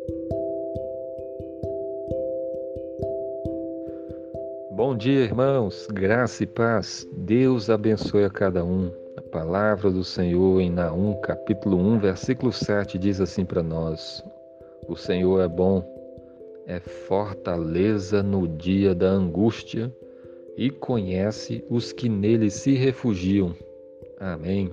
Bom dia, irmãos, graça e paz. Deus abençoe a cada um. A palavra do Senhor em Naum, capítulo 1, versículo 7, diz assim para nós: O Senhor é bom, é fortaleza no dia da angústia e conhece os que nele se refugiam. Amém.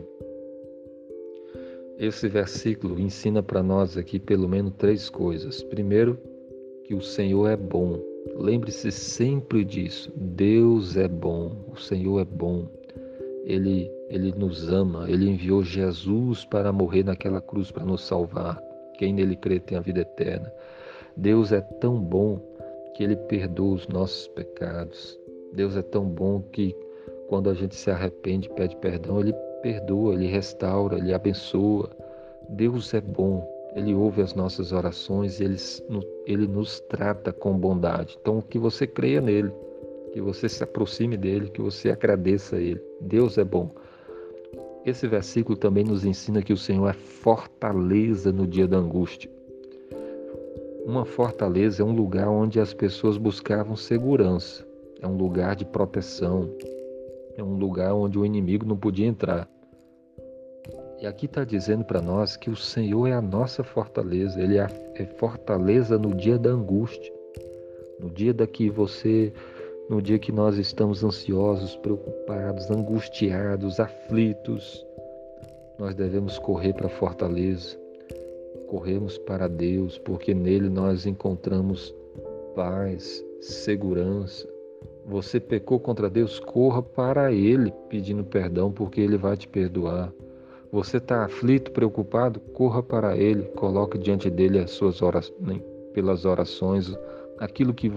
Esse versículo ensina para nós aqui pelo menos três coisas. Primeiro, que o Senhor é bom. Lembre-se sempre disso. Deus é bom, o Senhor é bom. Ele nos ama, Ele enviou Jesus para morrer naquela cruz para nos salvar. Quem nele crê tem a vida eterna. Deus é tão bom que Ele perdoa os nossos pecados. Deus é tão bom que quando a gente se arrepende, pede perdão, Ele perdoa, Ele restaura, Ele abençoa. Deus é bom, Ele ouve as nossas orações e Ele nos trata com bondade. Então, que você creia nele, que você se aproxime dele, que você agradeça a ele. Deus é bom. Esse versículo também nos ensina que o Senhor é fortaleza no dia da angústia. Uma fortaleza é um lugar onde as pessoas buscavam segurança, é um lugar de proteção, é um lugar onde o inimigo não podia entrar. E aqui está dizendo para nós que o Senhor é a nossa fortaleza, Ele é fortaleza no dia da angústia, no dia no dia que nós estamos ansiosos, preocupados, angustiados, aflitos. Nós devemos correr para a fortaleza, corremos para Deus, porque nele nós encontramos paz, segurança. Você pecou contra Deus, corra para Ele pedindo perdão, porque Ele vai te perdoar. Você está aflito, preocupado, corra para Ele, coloque diante dele as suas orações, pelas orações, aquilo que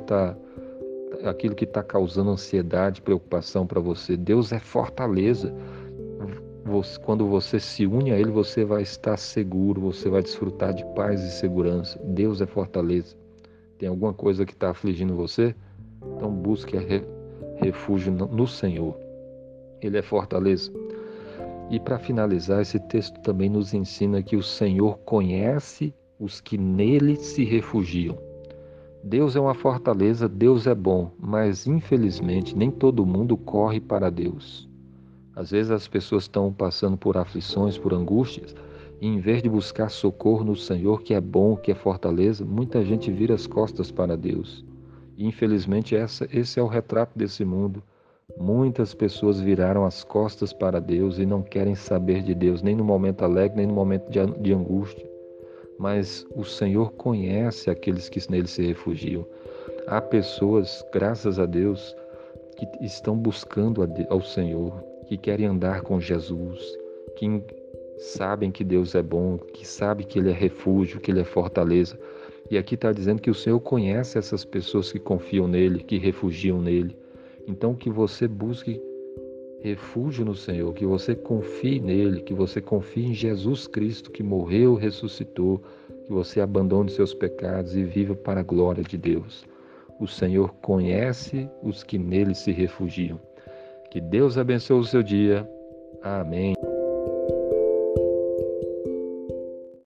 está causando ansiedade, preocupação para você. Deus é fortaleza. Quando você se une a Ele, você vai estar seguro, você vai desfrutar de paz e segurança. Deus é fortaleza. Tem alguma coisa que está afligindo você? Então busque refúgio no Senhor. Ele é fortaleza. E para finalizar, esse texto também nos ensina que o Senhor conhece os que nele se refugiam. Deus é uma fortaleza, Deus é bom, mas infelizmente nem todo mundo corre para Deus. Às vezes as pessoas estão passando por aflições, por angústias, e em vez de buscar socorro no Senhor, que é bom, que é fortaleza, muita gente vira as costas para Deus. E infelizmente esse é o retrato desse mundo. Muitas pessoas viraram as costas para Deus e não querem saber de Deus, nem no momento alegre, nem no momento de angústia. Mas o Senhor conhece aqueles que nele se refugiam. Há pessoas, graças a Deus, que estão buscando ao Senhor, que querem andar com Jesus, que sabem que Deus é bom, que sabem que Ele é refúgio, que Ele é fortaleza. E aqui está dizendo que o Senhor conhece essas pessoas que confiam nele, que refugiam nele. Então que você busque refúgio no Senhor, que você confie nele, que você confie em Jesus Cristo que morreu, ressuscitou, que você abandone seus pecados e viva para a glória de Deus. O Senhor conhece os que nele se refugiam. Que Deus abençoe o seu dia. Amém.